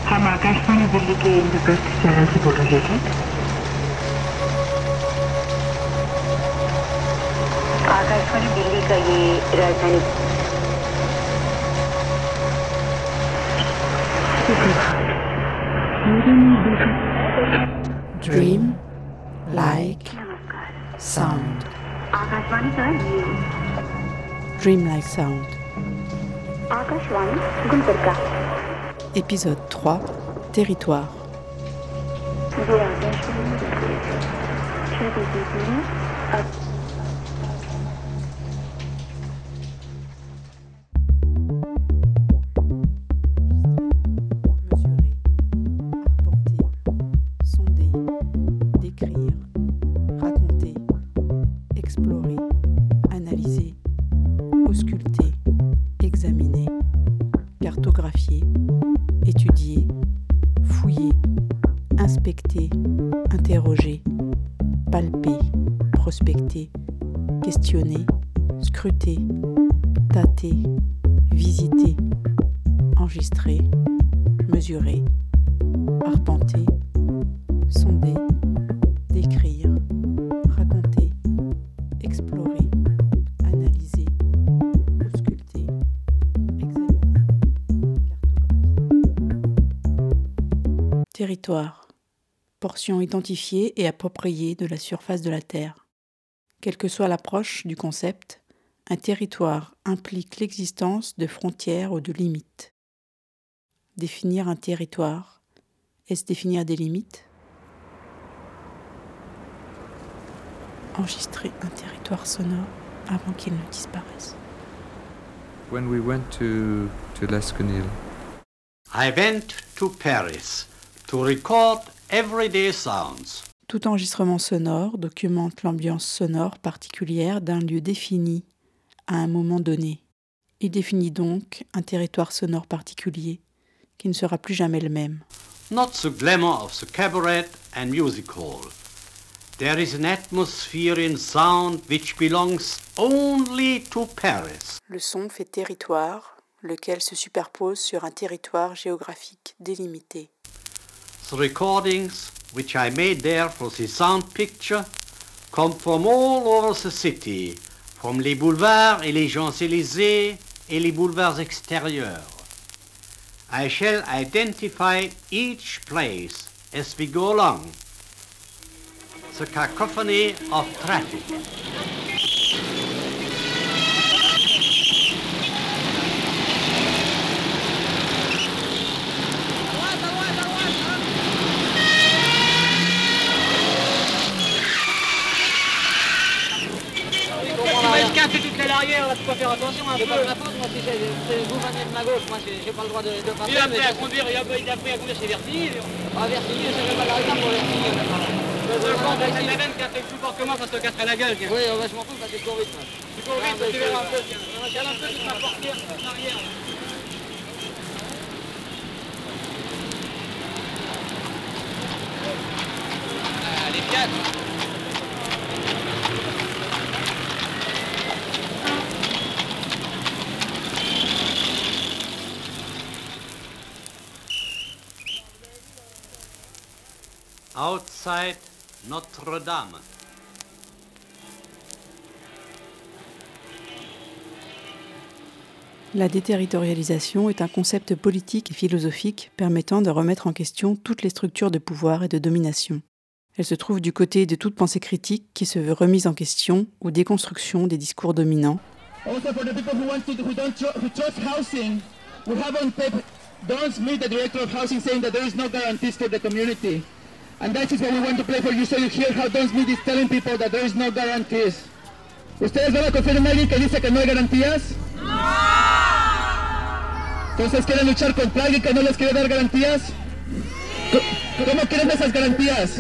हम आकाशवाणी दिल्ली के इंद्रप्रस्थ चैनल से बोल रहे थे। आकाशवाणी दिल्ली का ये राजधानी Dream like sound. आकाशवाणी का ये Dream like sound. आकाशवाणी गुलबर्गा Épisode 3. Territoire. ये आकाशवाणी cartographier, étudier, fouiller, inspecter, interroger, palper, prospecter, questionner, scruter, tâter, visiter, enregistrer, mesurer, arpenter, sonder, décrire, raconter, explorer, analyser, ausculter, examiner, cartographier. Territoire. Portion identifiée et appropriée de la surface de la Terre. Quelle que soit l'approche du concept, un territoire implique l'existence de frontières ou de limites. Définir un territoire, est-ce définir des limites ? Enregistrer un territoire sonore avant qu'il ne disparaisse. When we went to L'Esconil, I went to Paris to record everyday sounds. Tout enregistrement sonore documente l'ambiance sonore particulière d'un lieu défini à un moment donné. Il définit donc un territoire sonore particulier qui ne sera plus jamais le même. Not the glamour of the cabaret and music hall. There is an atmosphere in sound which belongs only to Paris. Le son fait territoire, lequel se superpose sur un territoire géographique délimité. The recordings which I made there for the sound picture come from all over the city, from les boulevards et les Champs-Élysées et les boulevards extérieurs. I shall identify each place as we go along. The cacophony of traffic. Toute à l'arrière, là, tu peux faire attention un peu. C'est pas de ma faute, moi, si vous venez de ma gauche, moi, j'ai pas le droit de passer. Il a appris à conduire, chez Vertigny. Ah, Vertigny, ça fait mal à la jambe pour Vertigny. C'est la même qui a fait plus fort que moi quand je te casserai la gueule. Oui, je m'en fous, parce que c'est trop vite. Tu cours vite, tu verras un peu. Regarde un peu toute ma portière, en arrière. Allez, 4. Outside Notre-Dame. La déterritorialisation est un concept politique et philosophique permettant de remettre en question toutes les structures de pouvoir et de domination. Elle se trouve du côté de toute pensée critique qui se veut remise en question ou déconstruction des discours dominants. Also for the people who trust housing, we have on paper Don Smith, the director of housing, saying that there is no guarantees for the community. And that is what we want to play for you, so you hear how Don Smith is telling people that there is no guarantees. ¿Ustedes van a confiar en alguien que dice que no hay garantías? ¡No! Entonces, ¿quieren luchar contra alguien que no les quiere dar garantías? ¿Cómo quieren esas garantías?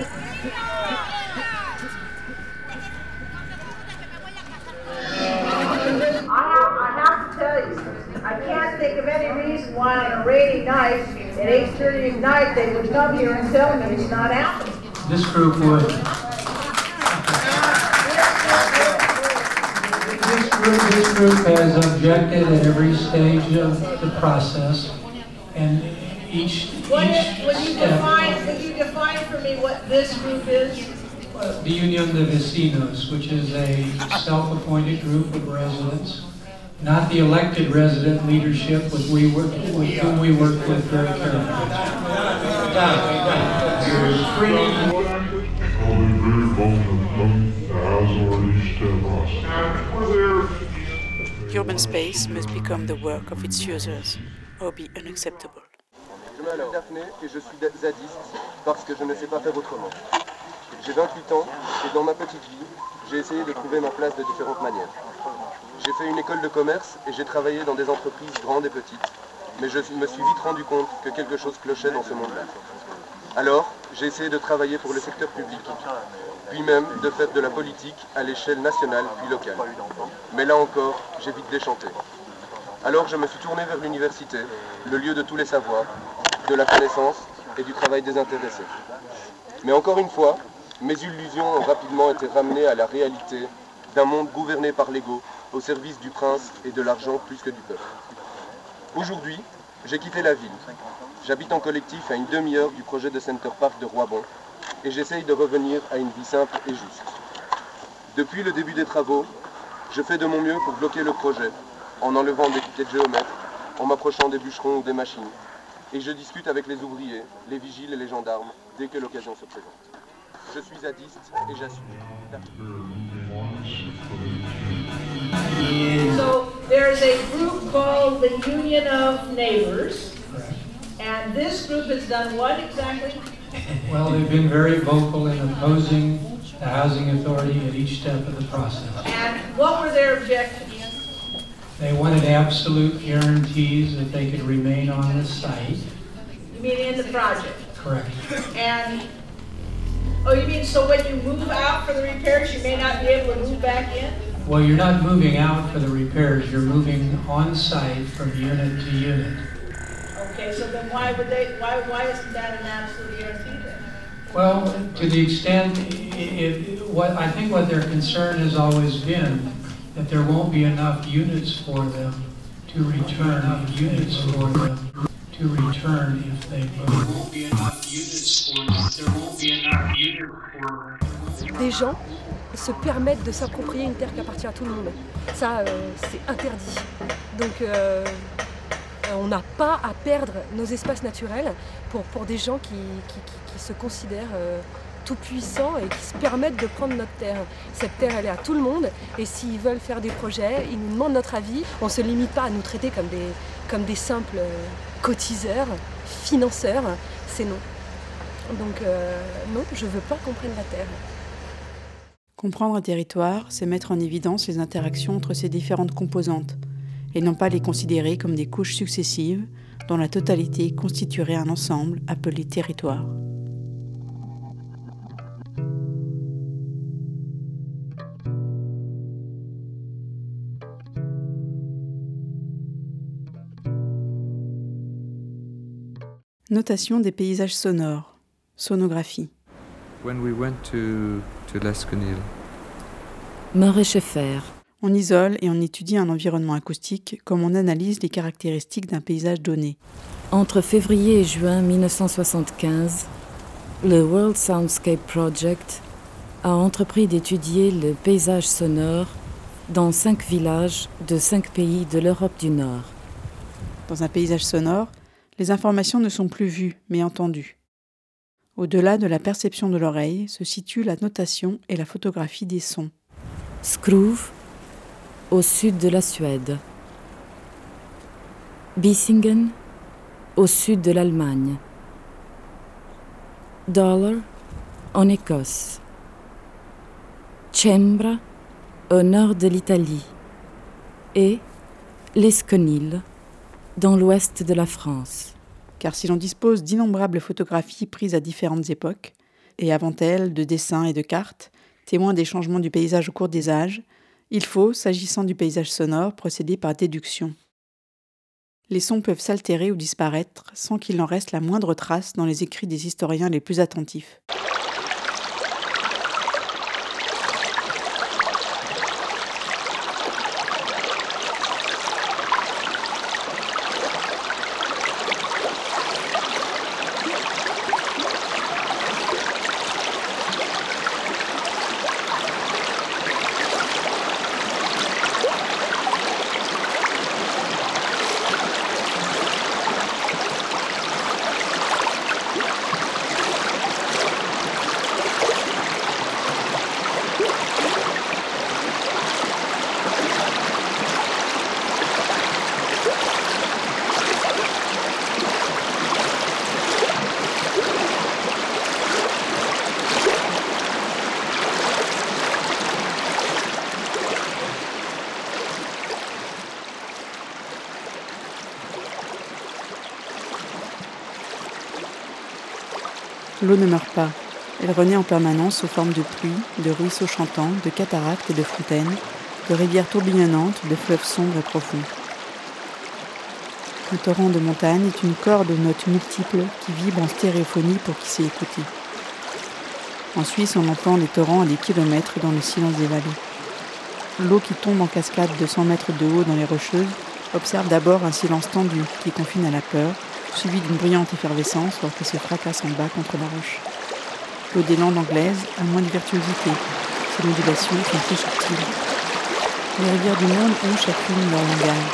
I have to tell you, I can't think of any reason why on a rainy night at 8:30 at night they would come here and tell me it's not happening. This group would. This group has objected at every stage of the process, and When you define for me what this group is? The Unión de Vecinos, which is a self-appointed group of residents, not the elected resident leadership with whom we work with very carefully. Urban space must become the work of its users or be unacceptable. Je m'appelle Daphné et je suis zadiste parce que je ne sais pas faire autrement. J'ai 28 ans et dans ma petite vie, j'ai essayé de trouver ma place de différentes manières. J'ai fait une école de commerce et j'ai travaillé dans des entreprises grandes et petites, mais je me suis vite rendu compte que quelque chose clochait dans ce monde-là. Alors, j'ai essayé de travailler pour le secteur public, puis même de faire de la politique à l'échelle nationale puis locale. Mais là encore, j'ai vite déchanté. Alors je me suis tourné vers l'université, le lieu de tous les savoirs, de la connaissance et du travail désintéressé. Mais encore une fois, mes illusions ont rapidement été ramenées à la réalité d'un monde gouverné par l'ego, au service du prince et de l'argent plus que du peuple. Aujourd'hui, j'ai quitté la ville. J'habite en collectif à une demi-heure du projet de Center Park de Roibon et j'essaye de revenir à une vie simple et juste. Depuis le début des travaux, je fais de mon mieux pour bloquer le projet, en enlevant des piquets de géomètres, en m'approchant des bûcherons ou des machines. Et je discute avec les ouvriers, les vigiles et les gendarmes dès que l'occasion se présente. Je suis zadiste et j'assume. So there's a group called the Union of Neighbors, and this group has done what exactly? Well, they've been very vocal in opposing the housing authority at each step of the process. And what were their objections? They wanted absolute guarantees that they could remain on the site. You mean in the project? Correct. And, oh, you mean so when you move out for the repairs, you may not be able to move back in? Well, you're not moving out for the repairs, you're moving on site from unit to unit. Okay, so then why isn't that an absolute guarantee then? Well, to the extent, I think what their concern has always been that there won't be enough units for them to return if they move. There won't be enough units for them. There won't be enough units for them. Des gens se permettent de s'approprier une terre qui appartient à tout le monde. Ça, c'est interdit. Donc, on n'a pas à perdre nos espaces naturels pour des gens qui se considèrent tout puissants et qui se permettent de prendre notre terre. Cette terre, elle est à tout le monde et s'ils veulent faire des projets, ils nous demandent notre avis. On ne se limite pas à nous traiter comme des simples cotiseurs, financeurs. C'est non. Donc non, je ne veux pas qu'on prenne la terre. Comprendre un territoire, c'est mettre en évidence les interactions entre ses différentes composantes, et non pas les considérer comme des couches successives dont la totalité constituerait un ensemble appelé territoire. Notation des paysages sonores, sonographie. When we went to l'Esconil. Murray Schaeffer. On isole et on étudie un environnement acoustique comme on analyse les caractéristiques d'un paysage donné. Entre février et juin 1975, le World Soundscape Project a entrepris d'étudier le paysage sonore dans 5 villages de 5 pays de l'Europe du Nord. Dans un paysage sonore, les informations ne sont plus vues, mais entendues. Au-delà de la perception de l'oreille se situe la notation et la photographie des sons. Skruv, au sud de la Suède. Bissingen, au sud de l'Allemagne. Dollar, en Écosse. Cembra, au nord de l'Italie. Et l'Esconil, dans l'ouest de la France. Car si l'on dispose d'innombrables photographies prises à différentes époques, et avant elles de dessins et de cartes, témoins des changements du paysage au cours des âges, il faut, s'agissant du paysage sonore, procéder par déduction. Les sons peuvent s'altérer ou disparaître sans qu'il en reste la moindre trace dans les écrits des historiens les plus attentifs. L'eau ne meurt pas. Elle renaît en permanence sous forme de pluie, de ruisseaux chantants, de cataractes et de fontaines, de rivières tourbillonnantes, de fleuves sombres et profonds. Un torrent de montagne est une corde aux notes multiples qui vibre en stéréophonie pour qui sait écouter. En Suisse, on entend les torrents à des kilomètres dans le silence des vallées. L'eau qui tombe en cascade de 100 mètres de haut dans les Rocheuses observe d'abord un silence tendu qui confine à la peur, suivi d'une bruyante effervescence lorsqu'elle se fracasse en bas contre la roche. L'eau des Landes anglaises a moins de virtuosité, ses modulations sont plus subtiles. Les rivières du monde ont chacune leur langage.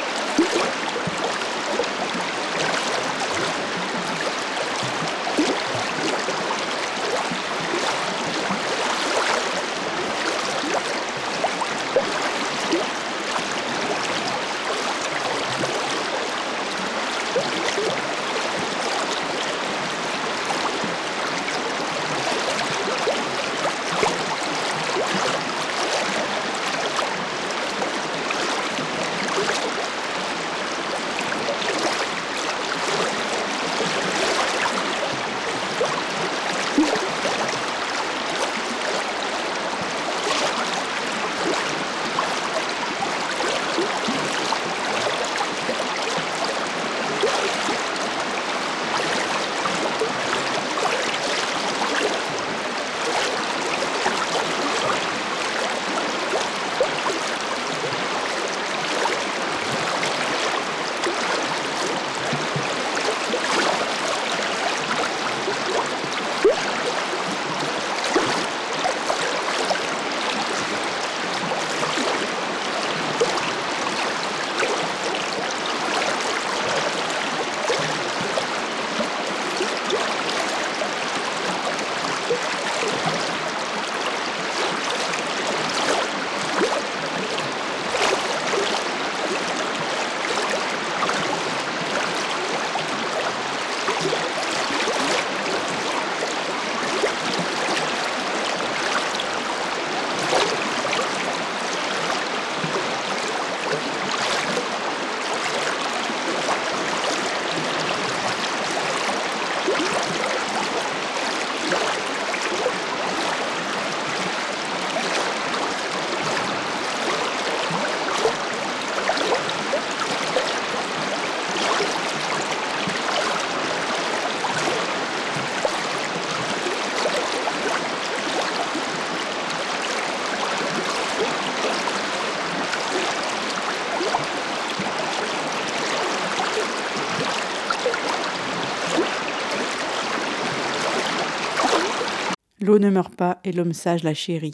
L'eau ne meurt pas et l'homme sage la chérit.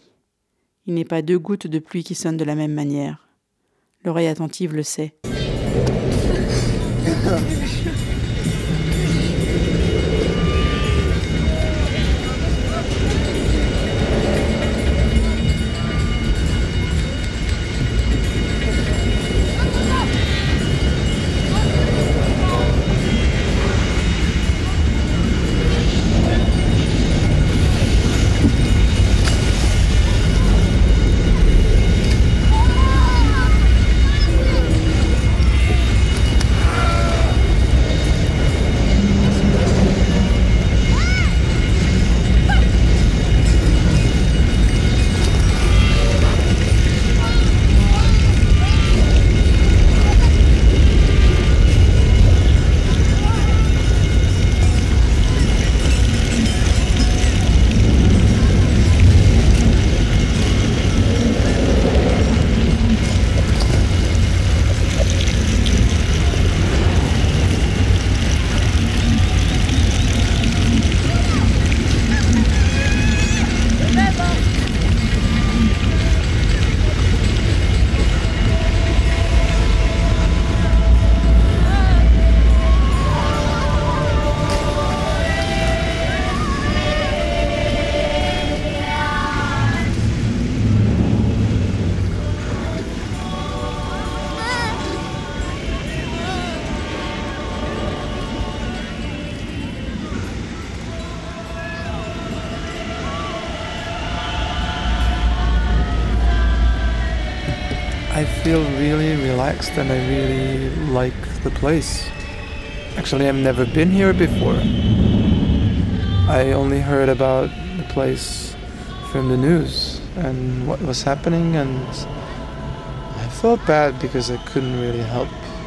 Il n'est pas deux gouttes de pluie qui sonnent de la même manière. L'oreille attentive le sait. I feel really relaxed and I really like the place. Actually, I've never been here before. I only heard about the place from the news and what was happening, and I felt bad because I couldn't really help.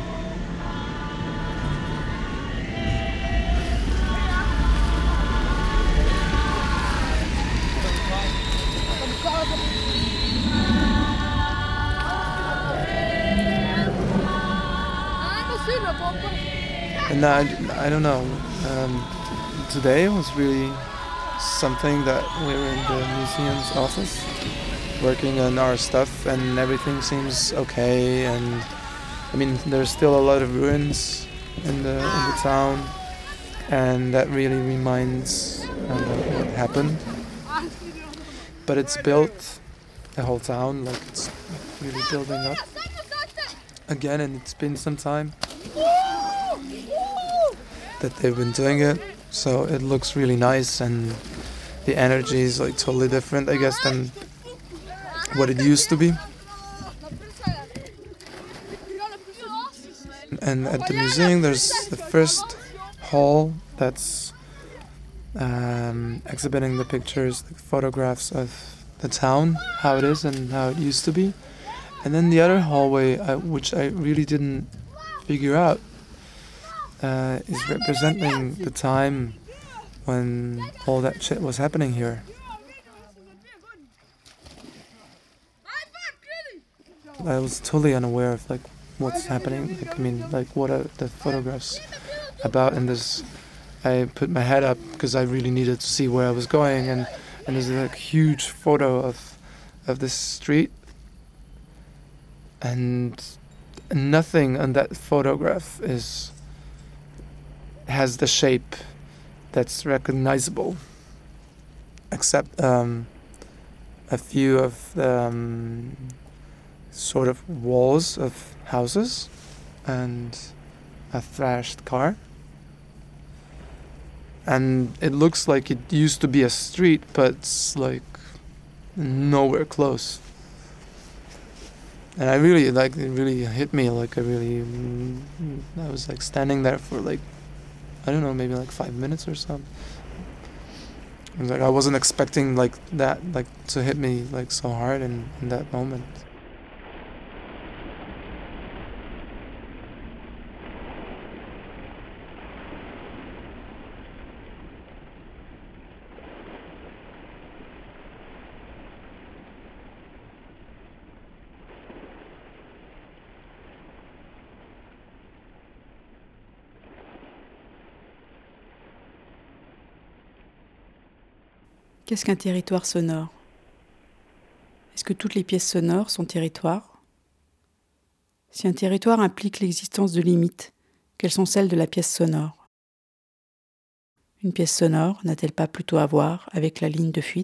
And I don't know. Today was really something that we were in the museum's office working on our stuff, and everything seems okay. And I mean, there's still a lot of ruins in the town, and that really reminds what happened. But it's built, the whole town, like it's really building up again, and it's been some time that they've been doing it, so it looks really nice, and the energy is like totally different, I guess, than what it used to be. And at the museum there's the first hall that's exhibiting the pictures, the photographs of the town, how it is and how it used to be. And then the other hallway, which I really didn't figure out, is representing the time when all that shit was happening here. I was totally unaware of like what's happening. Like, I mean, like what are the photographs about in this? I put my head up because I really needed to see where I was going, and there's a huge photo of this street, and nothing on that photograph has the shape that's recognizable, except a few of the sort of walls of houses and a thrashed car. And it looks like it used to be a street, but it's like nowhere close. And I really, like, it really hit me, like, I was like standing there for like, I don't know, maybe like 5 minutes or something. It was like I wasn't expecting like that, like to hit me like so hard in that moment. Qu'est-ce qu'un territoire sonore ? Est-ce que toutes les pièces sonores sont territoires ? Si un territoire implique l'existence de limites, quelles sont celles de la pièce sonore ? Une pièce sonore n'a-t-elle pas plutôt à voir avec la ligne de fuite ?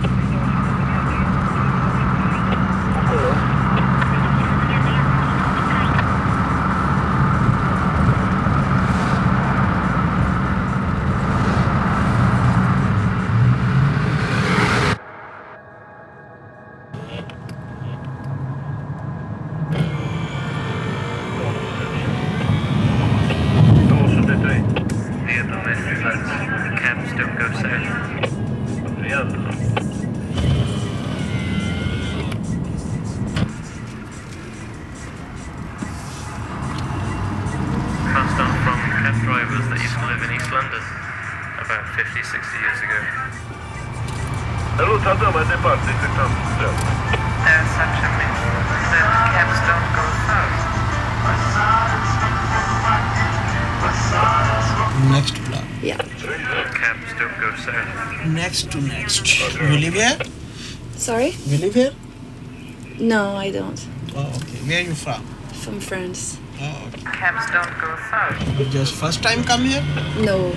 Drivers that used to live in East London about 50, 60 years ago. There's such a myth that cabs don't go south. Next block. Yeah. Cabs don't go south. Next to next. You live here? Sorry? You live here? No, I don't. Oh, okay. Where are you from? From France. Oh, okay. Cabs don't go south. Just first time come here? No.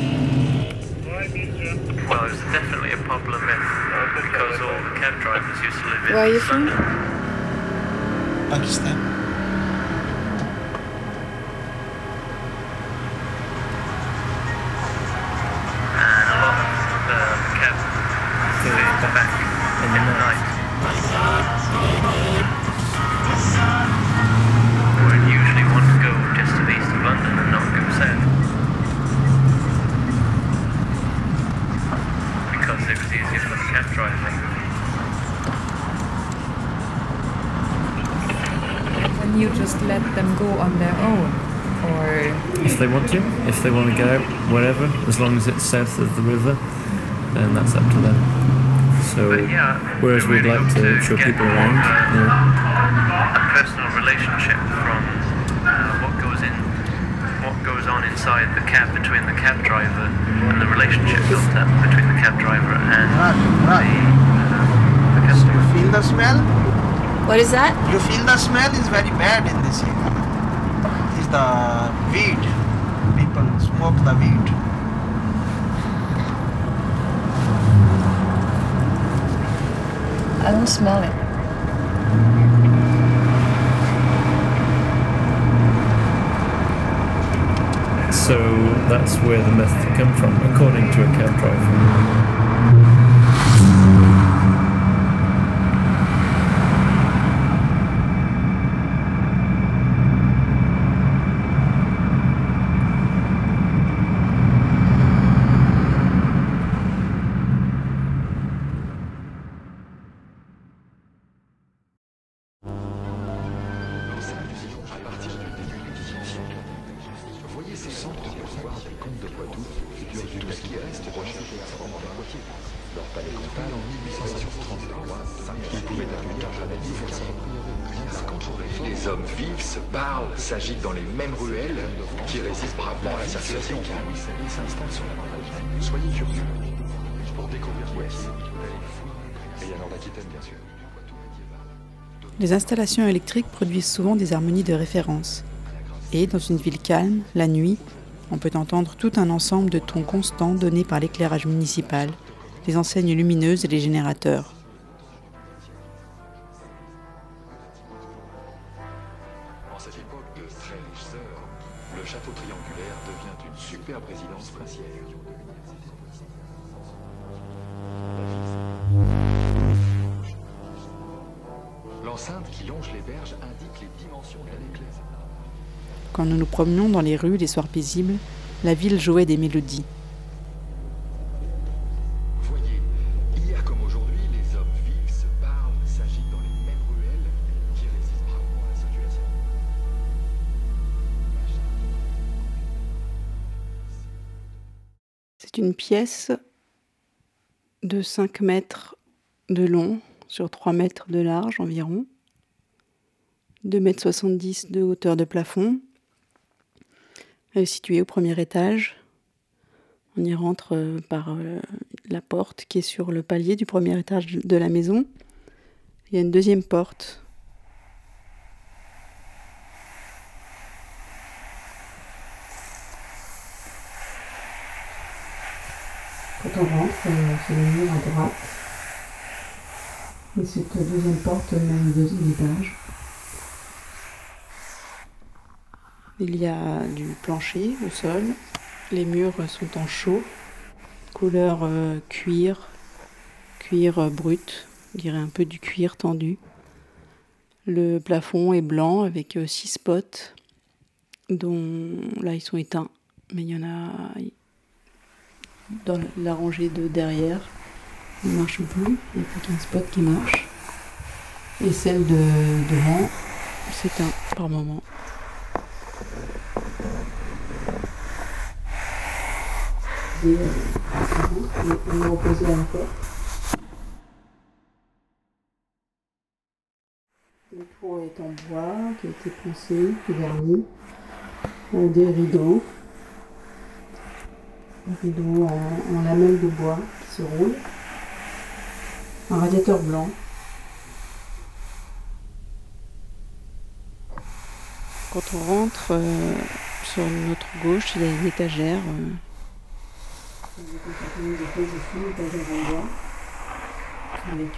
Well, it's definitely a popular myth because all the cab drivers used to live in. Where are you from? Pakistan. And a lot of the cab goes back in the night. Where usually want to go just to the east of London and not go south. own, or If they want to get out, wherever, as long as it's south of the river, then that's up to them. So, whereas we'd like to show people around, a personal relationship from what goes on inside the cab between the cab driver and the relationship built up between the cab driver and the customer. You feel the smell? What is that? You feel the smell is very bad in this area. It's the weed. People smoke the weed. I don't smell it. So that's where the myth come from, according to a cab driver. Les hommes vivent, se parlent, s'agitent dans les mêmes ruelles qui résistent bravement à la circulation. Soyez curieux pour découvrir Poitiers et à Nord-Aquitaine, bien sûr. Les installations électriques produisent souvent des harmonies de référence. Et dans une ville calme, la nuit, on peut entendre tout un ensemble de tons constants donnés par l'éclairage municipal, les enseignes lumineuses et les générateurs. En cette époque de très riches heures, le château triangulaire devient une superbe résidence princière. L'enceinte qui longe les berges indique les dimensions de la néclaise. Quand nous nous promenions dans les rues les soirs paisibles, la ville jouait des mélodies. Voyez, hier comme aujourd'hui, les hommes vivent, se parlent, s'agitent dans les mêmes ruelles qui résistent bravement à la circulation. C'est une pièce de 5 mètres de long sur 3 mètres de large environ, 2,70 m de hauteur de plafond. Elle est située au premier étage. On y rentre par la porte qui est sur le palier du premier étage de la maison. Il y a une deuxième porte. Quand on rentre, c'est le mur à droite. Et cette deuxième porte mène au deuxième étage. Il y a du plancher au sol. Les murs sont en chaux, couleur cuir brut, on dirait un peu du cuir tendu. Le plafond est blanc avec 6 spots, dont là ils sont éteints, mais il y en a dans la rangée de derrière. Ils ne marchent plus, il n'y a plus qu'un spot qui marche. Et celle de devant s'éteint par moment. On est reposé à la porte. Le tour est en bois, qui a été poncé, puis verni. Des rideaux. Un rideau en lamelles de bois qui se roule. Un radiateur blanc. Quand on rentre sur notre gauche, il y a une étagère. Une étagère en bois. Avec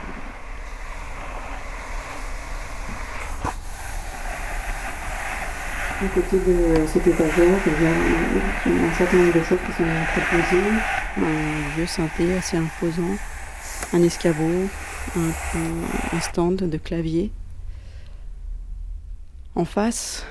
à côté de cette étagère, il y a un certain nombre de choses qui sont proposées. Un vieux synthé assez imposant, un escabeau, un stand de clavier. En face,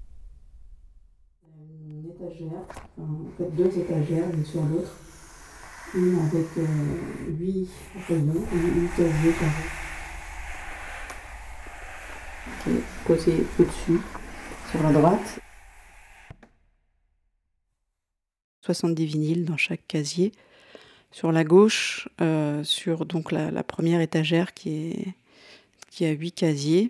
une étagère, en fait 2 étagères l'une sur l'autre, une avec 8 rayons et 8 claviers carrés. Qui est posé au-dessus, sur la droite. 70 vinyles dans chaque casier. Sur la gauche, sur donc la première étagère qui a 8 casiers.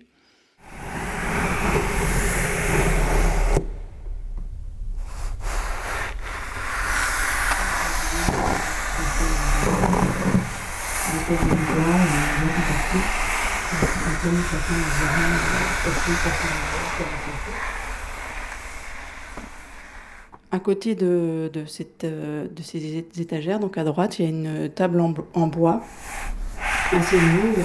À côté de ces étagères, donc à droite, il y a une table en bois assez longue,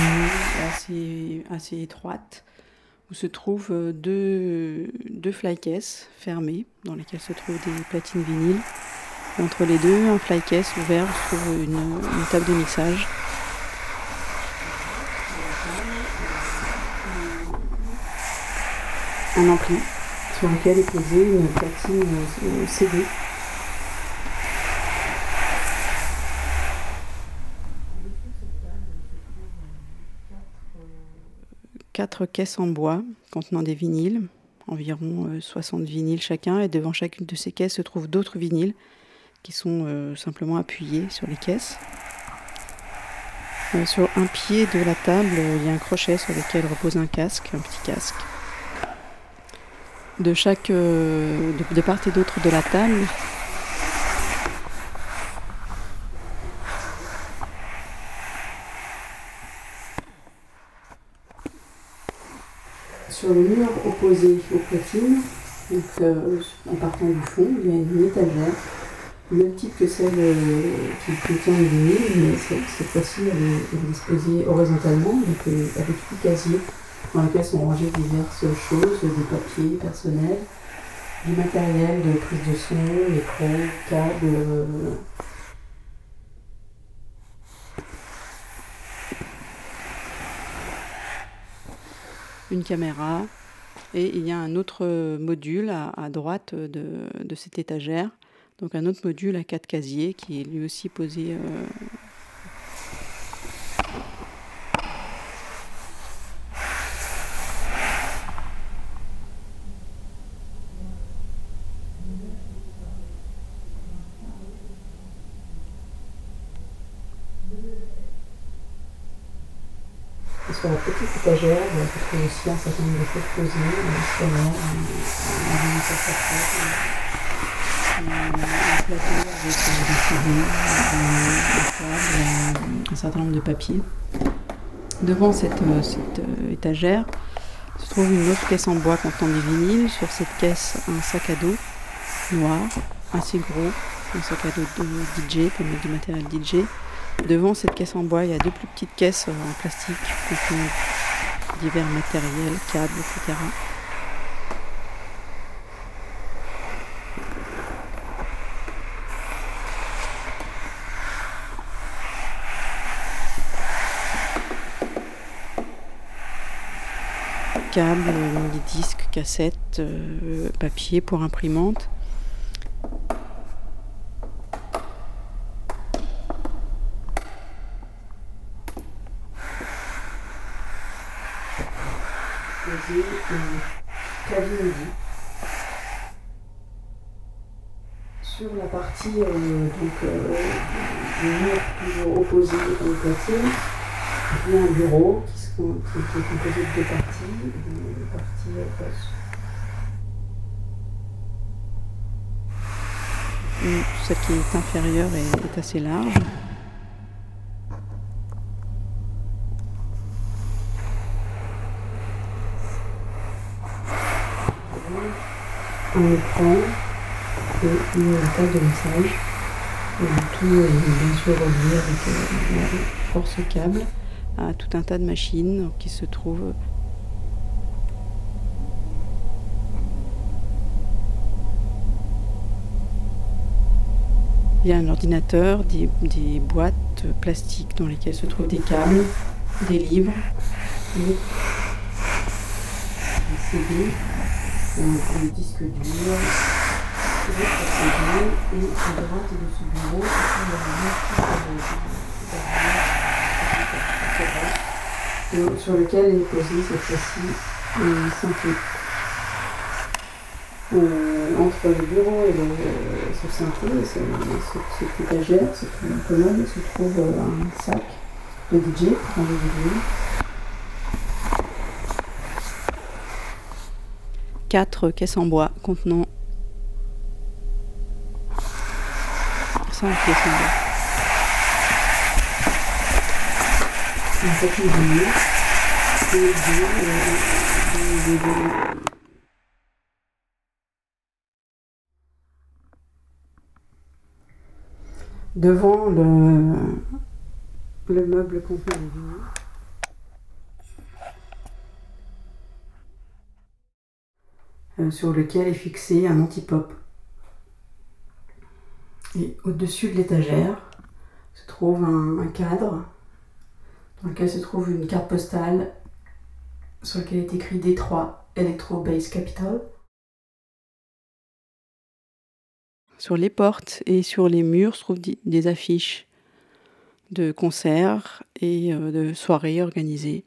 assez étroite, où se trouvent deux flycases fermés, dans lesquels se trouvent des platines vinyles. Et entre les deux, un flycase ouvert, se trouve une table de mixage. Un ampli sur lequel est posée une platine CD. Quatre caisses en bois contenant des vinyles, environ 60 vinyles chacun, et devant chacune de ces caisses se trouvent d'autres vinyles qui sont simplement appuyés sur les caisses. Sur un pied de la table, il y a un crochet sur lequel repose un casque, un petit casque. De part et d'autre de la table, sur le mur opposé aux platines, donc, en partant du fond, il y a une étagère, du même type que celle qui contient les vinyles, mais cette fois-ci elle est disposée horizontalement, donc avec 8 casiers dans lesquels sont rangées diverses choses, des papiers personnels, du matériel de prise de son, micro, câbles. Une caméra, et il y a un autre module à droite de cette étagère, donc un autre module à 4 casiers qui est lui aussi posé sur la petite étagère, on peut trouver aussi un certain nombre de choses posées, un scanner, un plateau avec des CD, un certain nombre de papiers. Devant cette étagère se trouve une autre caisse en bois contenant des vinyles. Sur cette caisse, un sac à dos noir, assez gros, un sac à dos de DJ, pour mettre du matériel DJ. Devant cette caisse en bois, il y a 2 plus petites caisses en plastique contenant divers matériels, câbles, etc. Câbles, des disques, cassettes, papier pour imprimante. Clavier MIDI. Sur la partie du mur toujours opposé aux platines, il y a un bureau qui est composé de 2 parties, une partie celle qui est inférieure est assez large. Un écran et une table de message. Tout est bien sûr relié avec la force câble à tout un tas de machines qui se trouvent il y a un ordinateur, des boîtes plastiques dans lesquelles se trouvent des câbles, des livres, des CD, des disques durs, des CD, et à droite de ce bureau, sur lequel est posée cette fois-ci une synthé. Entre le bureau et ce synthé, cette étagère, cette commode, se trouve un sac de DJ pour ranger du DJ. 4 caisses en bois contenant 5 pièces en bois. Un tapis de mur, devant le meuble contenant le vinyle, sur lequel est fixé un anti-pop. Et au-dessus de l'étagère se trouve un cadre dans lequel se trouve une carte postale sur laquelle est écrit Détroit Electro Bass Capital. Sur les portes et sur les murs se trouvent des affiches de concerts et de soirées organisées.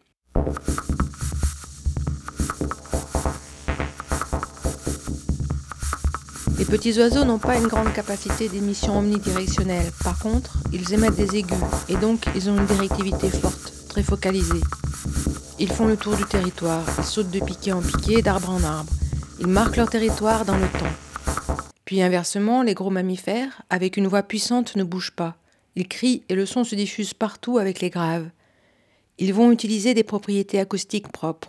Les petits oiseaux n'ont pas une grande capacité d'émission omnidirectionnelle. Par contre, ils émettent des aigus et donc ils ont une directivité forte, très focalisée. Ils font le tour du territoire, ils sautent de piquet en piquet, d'arbre en arbre. Ils marquent leur territoire dans le temps. Puis inversement, les gros mammifères, avec une voix puissante, ne bougent pas. Ils crient et le son se diffuse partout avec les graves. Ils vont utiliser des propriétés acoustiques propres.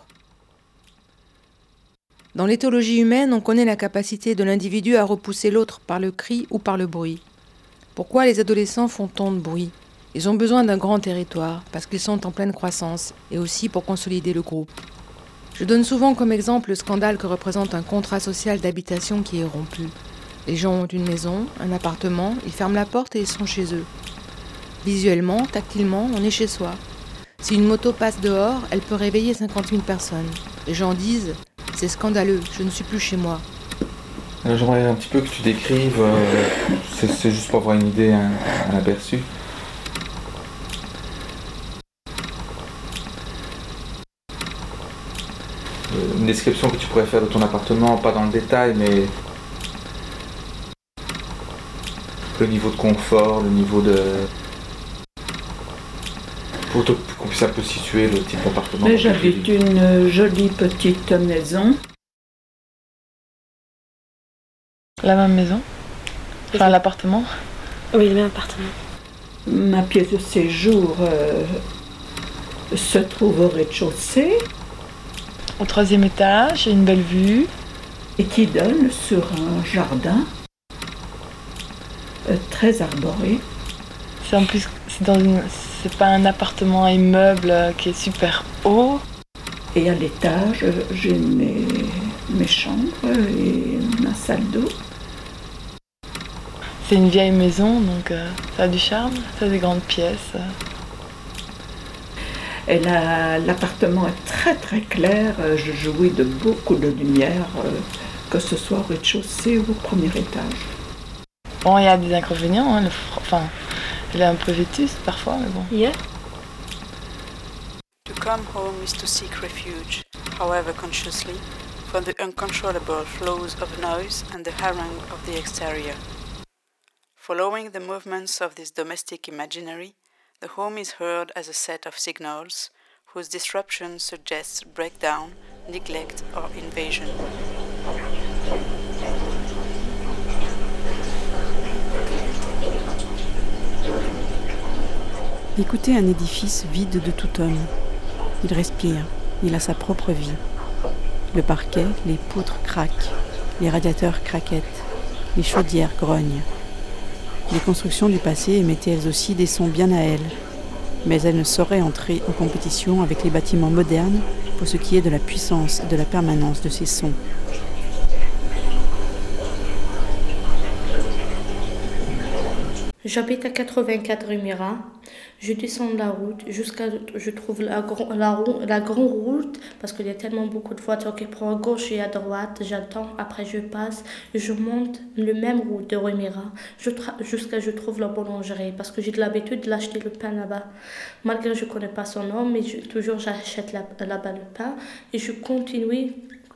Dans l'éthologie humaine, on connaît la capacité de l'individu à repousser l'autre par le cri ou par le bruit. Pourquoi les adolescents font tant de bruit ? Ils ont besoin d'un grand territoire, parce qu'ils sont en pleine croissance, et aussi pour consolider le groupe. Je donne souvent comme exemple le scandale que représente un contrat social d'habitation qui est rompu. Les gens ont une maison, un appartement, ils ferment la porte et ils sont chez eux. Visuellement, tactilement, on est chez soi. Si une moto passe dehors, elle peut réveiller 50 000 personnes. Les gens disent « c'est scandaleux, je ne suis plus chez moi ». J'aimerais un petit peu que tu décrives, c'est juste pour avoir une idée, un aperçu. Une description que tu pourrais faire de ton appartement, pas dans le détail, mais le niveau de confort, le niveau de... pour qu'on puisse un peu situer le type d'appartement. Mais j'habite une jolie petite maison. La même maison? Enfin, l'appartement? Oui, le même appartement. Ma pièce de séjour se trouve au rez-de-chaussée. Au 3e étage, j'ai une belle vue. Et qui donne sur un jardin très arboré. C'est en plus, c'est pas un appartement immeuble qui est super haut. Et à l'étage, j'ai mes chambres et ma salle d'eau. C'est une vieille maison, donc ça a du charme, ça a des grandes pièces. Et l'appartement est très très clair, je jouis de beaucoup de lumière, que ce soit au rez-de-chaussée ou au premier étage. Bon, il y a des inconvénients, hein, elle est un peu vétuste parfois, mais bon. Yeah. To come home is to seek refuge, however consciously, from the uncontrollable flows of noise and the harangue of the exterior. Following the movements of this domestic imaginary, the home is heard as a set of signals whose disruption suggests breakdown, neglect, or invasion. Écoutez un édifice vide de tout homme. Il respire, il a sa propre vie. Le parquet, les poutres craquent, les radiateurs craquettent, les chaudières grognent. Les constructions du passé émettaient elles aussi des sons bien à elles, mais elles ne sauraient entrer en compétition avec les bâtiments modernes pour ce qui est de la puissance et de la permanence de ces sons. J'habite à 84 rue Mira. Je descends la route jusqu'à je trouve la grande route parce qu'il y a tellement beaucoup de voitures qui prennent à gauche et à droite. J'attends, après je passe, je monte le même route de rue Mira jusqu'à je trouve la boulangerie parce que j'ai de l'habitude de l'acheter le pain là-bas. Malgré que je connais pas son nom, mais toujours j'achète là-bas le pain et je continue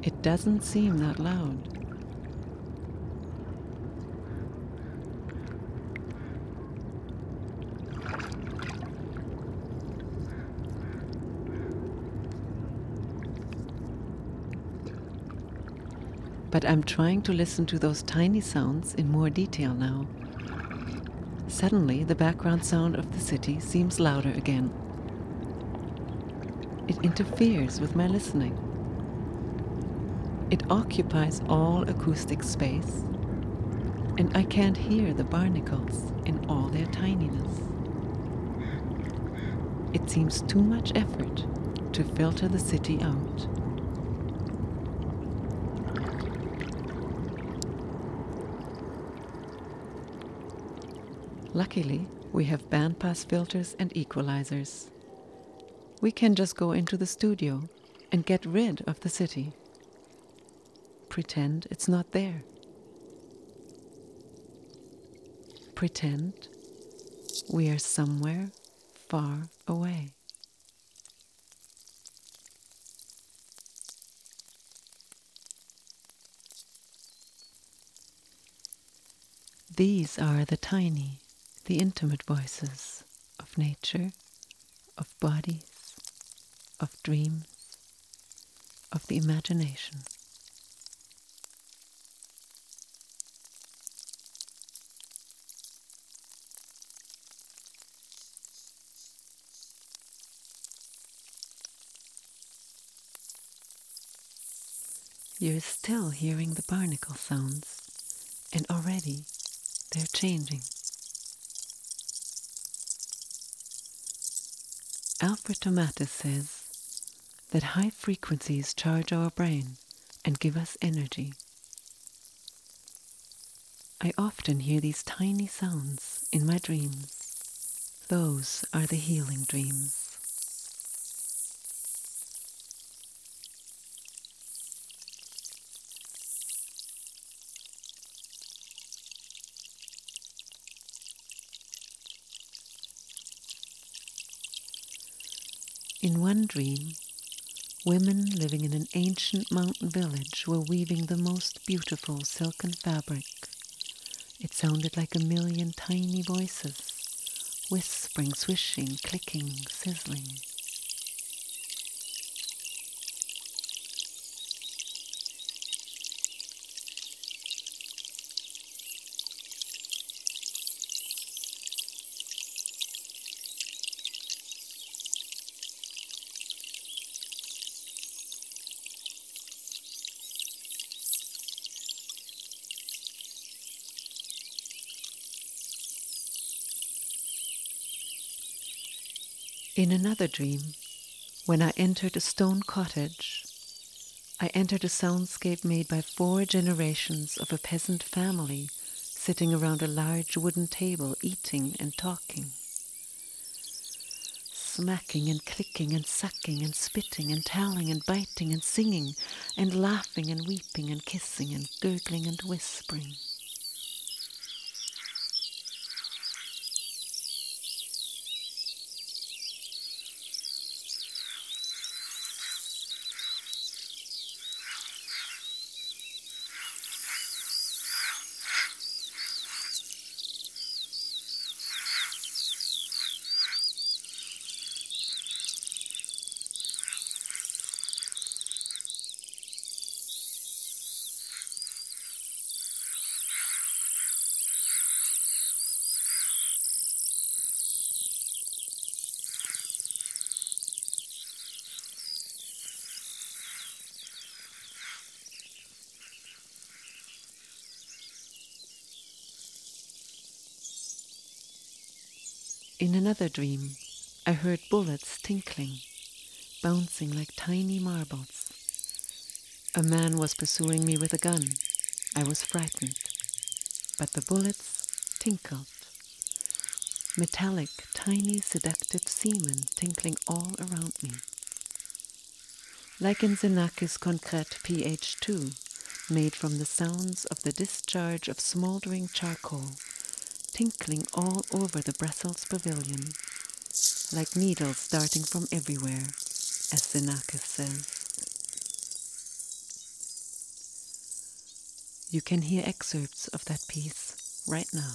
It doesn't seem that loud. But I'm trying to listen to those tiny sounds in more detail now. Suddenly, the background sound of the city seems louder again. It interferes with my listening. It occupies all acoustic space, and I can't hear the barnacles in all their tininess. It seems too much effort to filter the city out. Luckily, we have bandpass filters and equalizers. We can just go into the studio and get rid of the city. Pretend it's not there. Pretend we are somewhere far away. These are the tiny, the intimate voices of nature, of bodies, of dreams, of the imagination. You're still hearing the barnacle sounds, and already they're changing. Alfred Tomatis says that high frequencies charge our brain and give us energy. I often hear these tiny sounds in my dreams. Those are the healing dreams. In one dream, women living in an ancient mountain village were weaving the most beautiful silken fabric. It sounded like a million tiny voices, whispering, swishing, clicking, sizzling. In another dream, when I entered a stone cottage, I entered a soundscape made by 4 generations of a peasant family sitting around a large wooden table eating and talking. Smacking and clicking and sucking and spitting and telling and biting and singing and laughing and weeping and kissing and gurgling and whispering. In another dream, I heard bullets tinkling, bouncing like tiny marbles. A man was pursuing me with a gun. I was frightened, but the bullets tinkled. Metallic, tiny, seductive semen tinkling all around me. Like in Xenakis Concrete pH2, made from the sounds of the discharge of smoldering charcoal, tinkling all over the Brussels pavilion, like needles darting from everywhere, as Xenakis says. You can hear excerpts of that piece right now.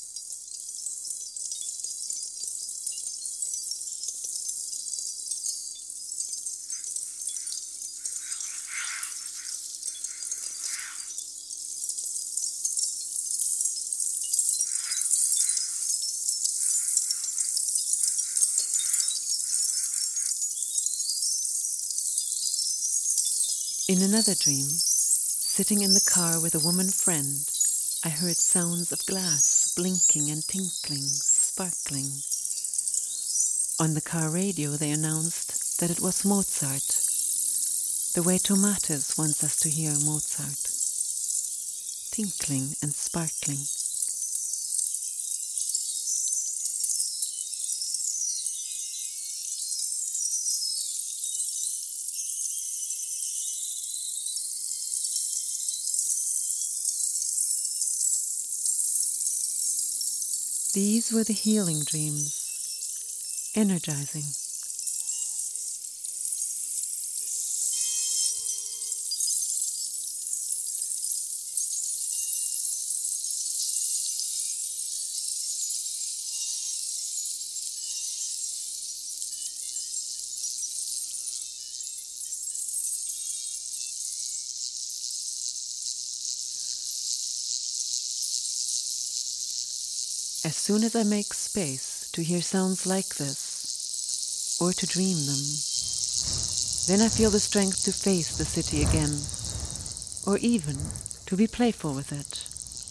In another dream, sitting in the car with a woman friend, I heard sounds of glass blinking and tinkling, sparkling. On the car radio they announced that it was Mozart, the way Tomates wants us to hear Mozart. Tinkling and sparkling. These were the healing dreams, energizing. As soon as I make space to hear sounds like this, or to dream them, then I feel the strength to face the city again, or even to be playful with it.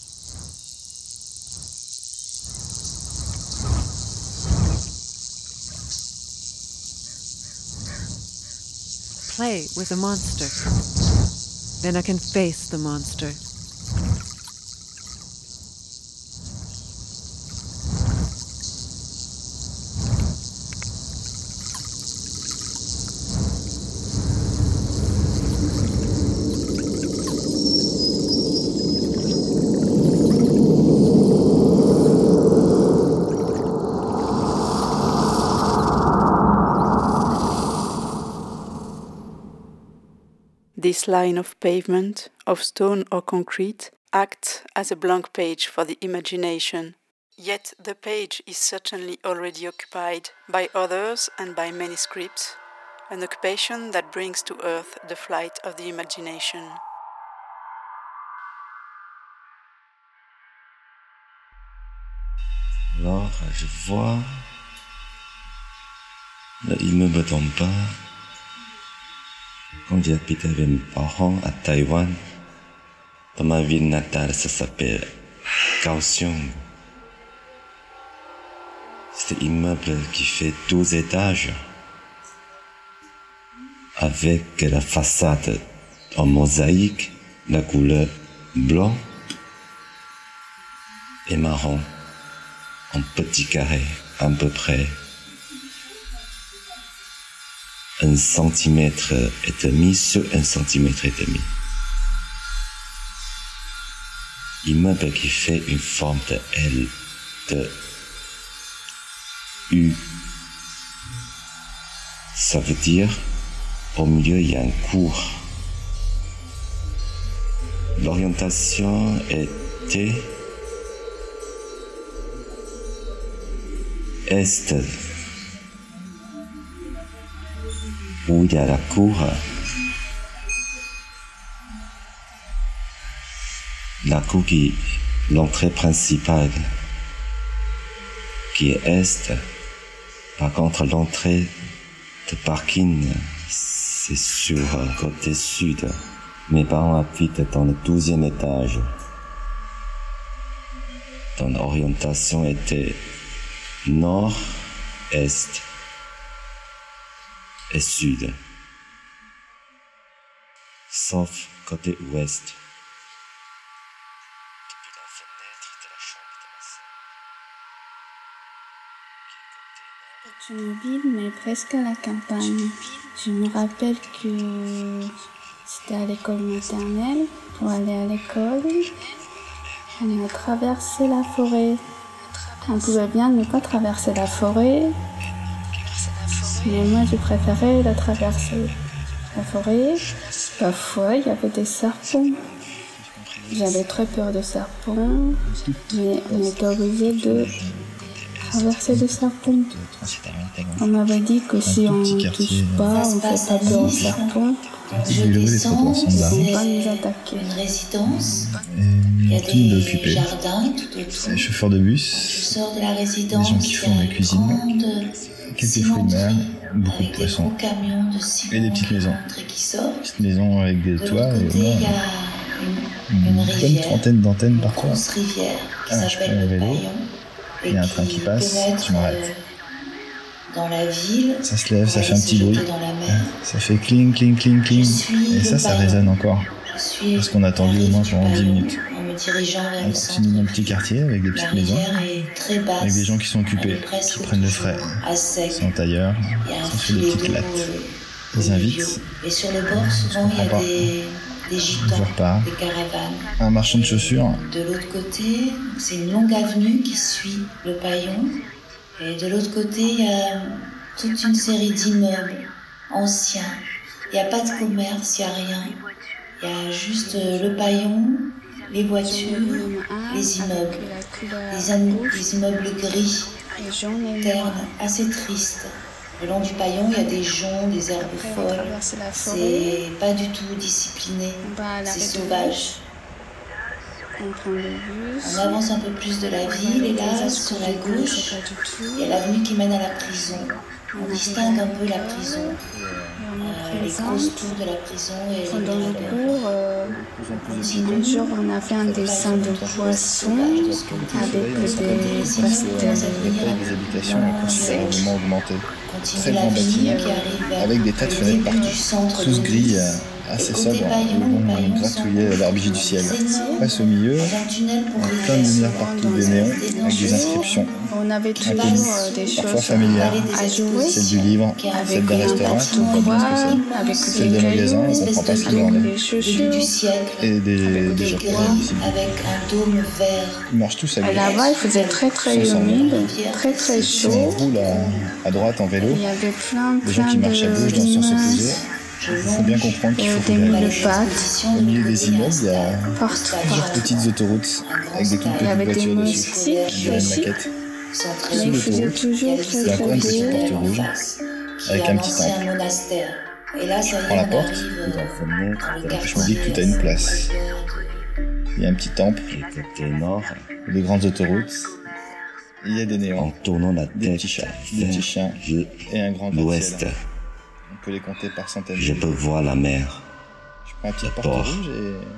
Play with the monster. Then I can face the monster. This line of pavement, of stone or concrete, acts as a blank page for the imagination. Yet the page is certainly already occupied by others and by manuscripts, an occupation that brings to earth the flight of the imagination. Alors, je vois l'immeuble d'en bas. Quand j'habitais avec mes parents à Taïwan, dans ma ville natale, ça s'appelle Kaohsiung. C'est un immeuble qui fait 12 étages, avec la façade en mosaïque, la couleur blanc et marron, en petits carrés, à peu près 1,5 cm sur 1,5 cm. Immeuble qui fait une forme de L, de U. Ça veut dire, au milieu, il y a un cours. L'orientation était est, où il y a la cour. La cour qui l'entrée principale, qui est est. Par contre, l'entrée de parking, c'est sur le côté sud. Mes parents habitent dans le 12e étage. Donc l'orientation était nord, est et sud. Sauf côté ouest. Depuis la fenêtre de la chambre de ma sœur. C'est une ville, mais presque à la campagne. Je me rappelle que c'était à l'école maternelle. Pour aller à l'école, on a traversé la forêt. On pouvait bien ne pas traverser la forêt, mais moi je préférais la traverser. La forêt, parfois il y avait des serpents. J'avais très peur de serpents, mais on était obligé de traverser le serpent. On m'avait dit que si on ne touche pas, on ne fait pas peur au serpent, Je descends, on ne va pas nous attaquer. Une résidence, il y a tout le monde est des occupé. jardins tout autour. Les chauffeurs de bus, Tu sors de la des résidence, gens qui font la cuisine, quelques fruits de mer, beaucoup de poissons. camions de ciment Et des petites maisons. qui sortent. Petites maisons avec des De toits l'autre et côté, il y vraiment a une une bonne rivière, trentaine d'antennes parfois. grosse rivière qui Je prends s'appelle le le vélo, Paillon. il y a un train qui passe, pénètre, je m'arrête. Dans la ville, Ça se lève, ça pour fait un aller petit se bruit. jeter dans la mer. Ça fait cling, cling, cling, cling. suis Et le ça Paillon. résonne encore. Je suis Parce qu'on a attendu au moins pendant 10 minutes. en me dirigeant vers On le centre. continue dans le petit quartier avec des La petites maisons, rivière est très basse. avec des gens qui sont occupés, qui prennent le frais, à sec. sans tailleur, Il y a un ça fait des filet petites d'eau, lattes. Ils invitent, Et sur le bord, souvent, il y a comprends pas. des je gitans, repars. des caravanes. Un marchand de chaussures, De l'autre côté, c'est une longue avenue qui suit le Paillon. Et de l'autre côté, il y a toute une série d'immeubles anciens. Il n'y a pas de commerce, il n'y a rien. Il y a juste le Paillon, les voitures, les immeubles. Les immeubles gris, ternes, assez tristes. Le long du Paillon, il y a des joncs, des herbes folles. C'est pas du tout discipliné, c'est sauvage. On avance un peu plus de la ville et là, sur la gauche, il y a l'avenue qui mène à la prison. On distingue un peu la prison, les grosses tours de la prison et les Pendant le miradors. cours, un jour, on a fait un dessin de poisson avec des pastels. les habitations ont considérablement augmenté. Très la grand ville bâtiment, qui arrive avec des tas de fenêtres partout, tous gris, assez sobres, et vont gratouiller la barbige du ciel. Passe au milieu, plein de lumière partout, des néons, avec des inscriptions. On avait Inconnues, toujours des parfois choses familières. à jouer. Celle du livre, celle d'un restaurant, on ne voit pas ce que c'est. Avec Celle des des magasins, on ne cailloux, comprend pas ce qu'il en des est. chaussures. Et des japonais ici. Avec un dôme vert. Ils marchent tous à Là-bas, il faisait très humide, très Si on chaud. roule à droite en vélo, Il y avait plein les gens qui marchent à gauche dans le sens opposé, d'images, il faut bien comprendre qu'il faut des rouler à mille gauche. pattes Au milieu des immeubles, il y a partout. plusieurs petites autoroutes avec des toutes Il y petites avait des voitures dessus. moustiques On dirait une aussi. maquette. Mais Sous il faisait l'autoroute, toujours il y a encore une petite porte rouge avec un petit temple. monastère. Et là, ça y est, Prends la on porte, arrive je me dis que tout a une place. Il y a un petit temple, Côté nord, des grandes autoroutes, il y a des néons, en tournant la des tête petits chats, des petits chiens vers et un grand l'ouest, gratte-ciel. On peut les compter par centaines. je peux voir la mer. Je prends un petit porte port. rouge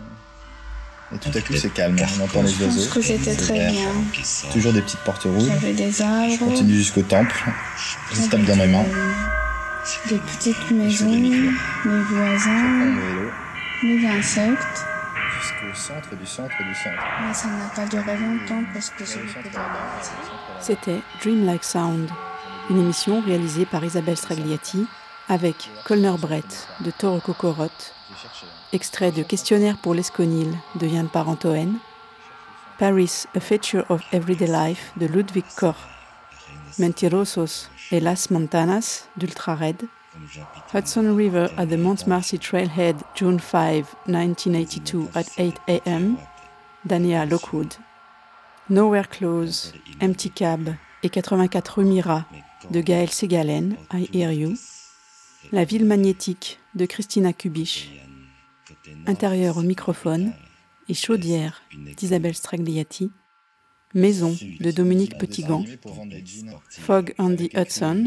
et tout à coup c'est calme. On entend les Je pense oiseaux. que c'était très vert. bien. Toujours des petites portes rouges. Il y avait des Je arbres, continue jusqu'au temple. Je tape dans mes mains. des petites maisons, des voisins, des insectes. Jusqu'au centre du centre du centre. Mais ça n'a pas duré longtemps parce que j'ai beaucoup d'arbres. C'était Dreamlike Sound, une émission réalisée par Isabelle Stragliati avec Colner Brett de Toro Kokorot, extrait de Questionnaire pour l'Esconil de Yann Parentoen, Paris, A Feature of Everyday Life de Ludwig Koch, Mentirosos et Las Montanas d'Ultra Red, Hudson River at the Montmarcy Trailhead, June 5, 1982 at 8 a.m., Dania Lockwood, Nowhere Close, Empty Cab et 84 rue Mira de Gaël Ségalen, I Hear You, La ville magnétique de Christina Kubich, Intérieur au microphone et Chaudière d'Isabelle Stragliati, Maison de Dominique Petitgand, Fog on the Hudson,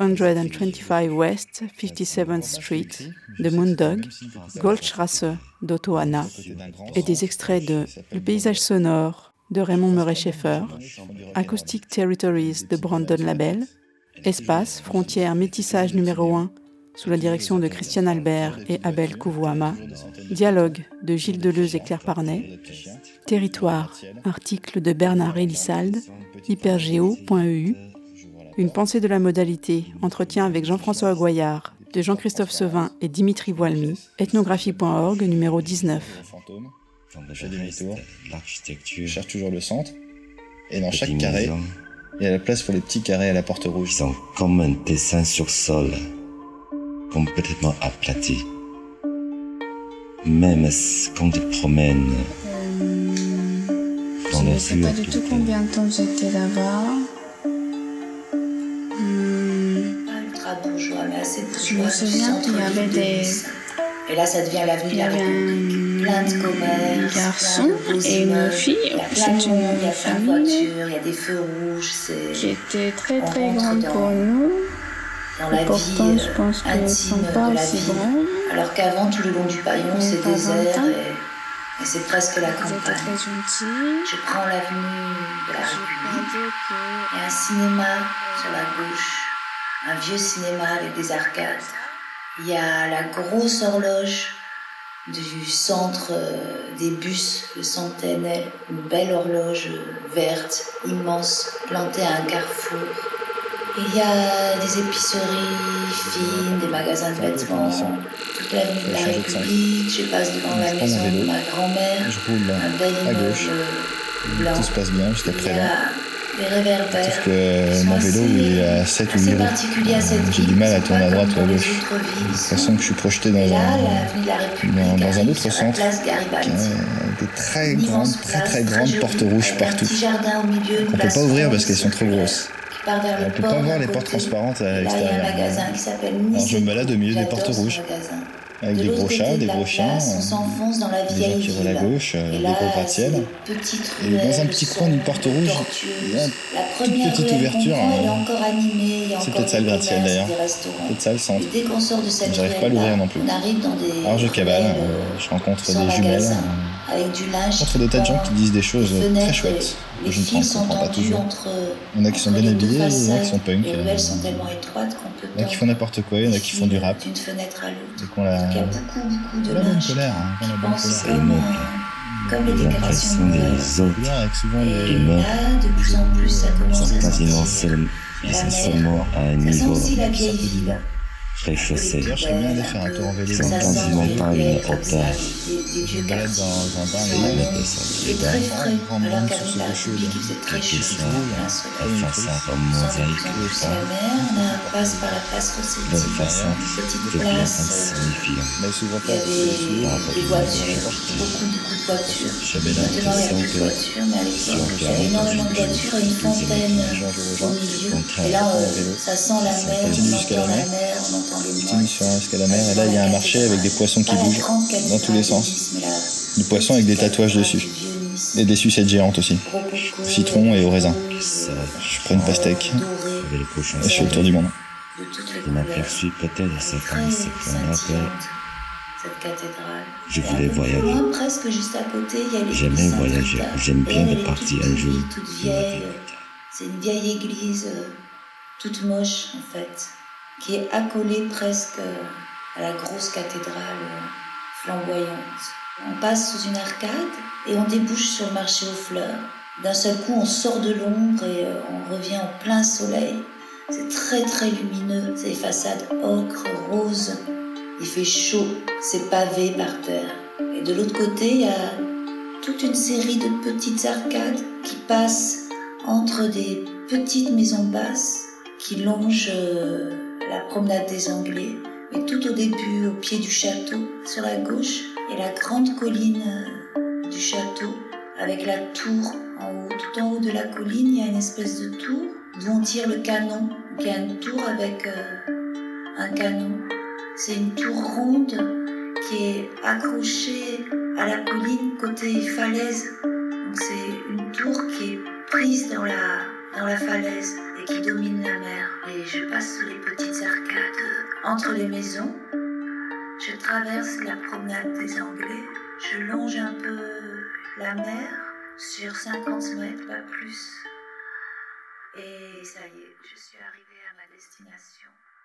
425 West 57th Street de Moondog, Goldstrasse d'Otto Anna et des extraits de Le paysage sonore de Raymond Murray-Schaeffer, Acoustic Territories de Brandon Labelle, Espace, frontière, métissage numéro 1 sous la direction de Christiane Albert et Abel Kouvouama, Dialogue de Gilles Deleuze et Claire Parnet, Territoire, article de Bernard Elissalde, hypergéo.eu, Une pensée de la modalité, entretien avec Jean-François Goyard, de Jean-Christophe Sevin et Dimitri Voilmy, ethnographie.org, numéro 19. Je fais demi-tour, je cherche toujours le centre, et dans chaque carré, il y a la place pour les petits carrés à la porte rouge. Ils sont comme un dessin sur sol, complètement aplati. Même quand ils promènent dans Je sais pas du tout combien de temps j'étais là-bas. Ultra bourgeois, mais assez Je bourgeois. me souviens qu'il y avait des... Et là, ça devient l'avenue de la République. Plein de commerces, garçon plein de beaux et une immeubles. fille. Il y a plein de monde, il y a plein de voitures, il y a des feux rouges. Qui était très on très rentre grande dans- pour nous. dans la Pourtant, vie je pense qu'elles sont intime pas de la aussi ville. grandes. Alors qu'avant, tout le long du Paillon, Mais c'est pas désert 20 ans. et c'est presque la Ils étaient campagne. très gentils. Je prends l'avenue de la Je République. croyais que... Il y a un cinéma sur la gauche, un vieux cinéma avec des arcades. Il y a la grosse horloge du centre des bus, le Centennial, une belle horloge verte, immense, plantée à un carrefour. Et il y a des épiceries fines, des magasins de vêtements, toute l'avenue de la République. Je passe devant la prends mon maison de vélo, ma grand-mère, je roule un bel à immeuble gauche. blanc. Tout se passe bien jusqu'à Il y présent. a des réverbères. Sauf que mon vélo il est à 7 ou 8 roues. J'ai du mal à tourner à droite ou à gauche. J'ai l'impression que je suis projeté dans un autre centre avec des très grandes portes rouges partout. On ne peut pas ouvrir parce qu'elles sont trop grosses. On ne peut pas voir les portes transparentes à l'extérieur. Alors je me balade au milieu des portes rouges. Avec des gros chats, des gros chiens, des gens qui roulent à gauche, des gros gratte-ciel. Et dans un petit coin d'une porte rouge, il y a une toute petite ouverture. C'est peut-être ça le gratte-ciel d'ailleurs. Peut-être ça le centre. J'arrive pas à l'ouvrir non plus. Alors je cavale, je rencontre des jumelles. Je rencontre des tas de gens qui disent des choses très chouettes. Que je ne comprends pas toujours. Il y en a qui sont bien habillés, il y en a qui sont punk. Il y en a qui font n'importe quoi, il y en a qui font du rap. Et qui ont la bonne colère. C'est le monde. L'impression des autres immeubles sont quasiment essentiellement à un niveau rez-de-chaussée. J'aimerais bien aller faire un tour en vélo. Ils sont quasiment pas une hauteur. Je me balade dans un bar et il y a un grand monde sur ce rocher. Tout ça, la façade en mosaïque, tout ça, le façade devient insignifiant. Mais souvent pas. Des voitures, beaucoup de voitures. J'avais l'impression que si on Il y a énormément de voitures et une fontaine au milieu. Et là, ça sent la mer, on entend la mer, on entend les Continue jusqu'à la mer. Et là, il y a un marché avec des poissons qui bougent dans tous les sens. Des poissons avec des tatouages dessus. Et des sucettes géantes aussi. Au citron et au raisin. Je prends une pastèque. Et je fais le tour du monde. Je m'aperçus peut-être à certains secteurs cette cathédrale. Je voulais voyager. Loin, presque juste à côté, il y a l'église. J'aimais voyager. J'aime bien de elle est partir toute un jour. jolie, toute vieille. C'est une vieille église, toute moche en fait, qui est accolée presque à la grosse cathédrale flamboyante. On passe sous une arcade et on débouche sur le marché aux fleurs. D'un seul coup, on sort de l'ombre et on revient en plein soleil. C'est très très lumineux, c'est des façades ocre, rose. Il fait chaud, c'est pavé par terre. Et de l'autre côté, il y a toute une série de petites arcades qui passent entre des petites maisons basses qui longent la promenade des Anglais. Et tout au début, au pied du château, sur la gauche, il y a la grande colline du château avec la tour en haut. Tout en haut de la colline, il y a une espèce de tour d'où on tire le canon. Il y a une tour avec un canon. C'est une tour ronde qui est accrochée à la colline côté falaise. Donc c'est une tour qui est prise dans la falaise et qui domine la mer. Et je passe sous les petites arcades entre les maisons. Je traverse la promenade des Anglais. Je longe un peu la mer sur 50 mètres, pas plus. Et ça y est, je suis arrivée à ma destination.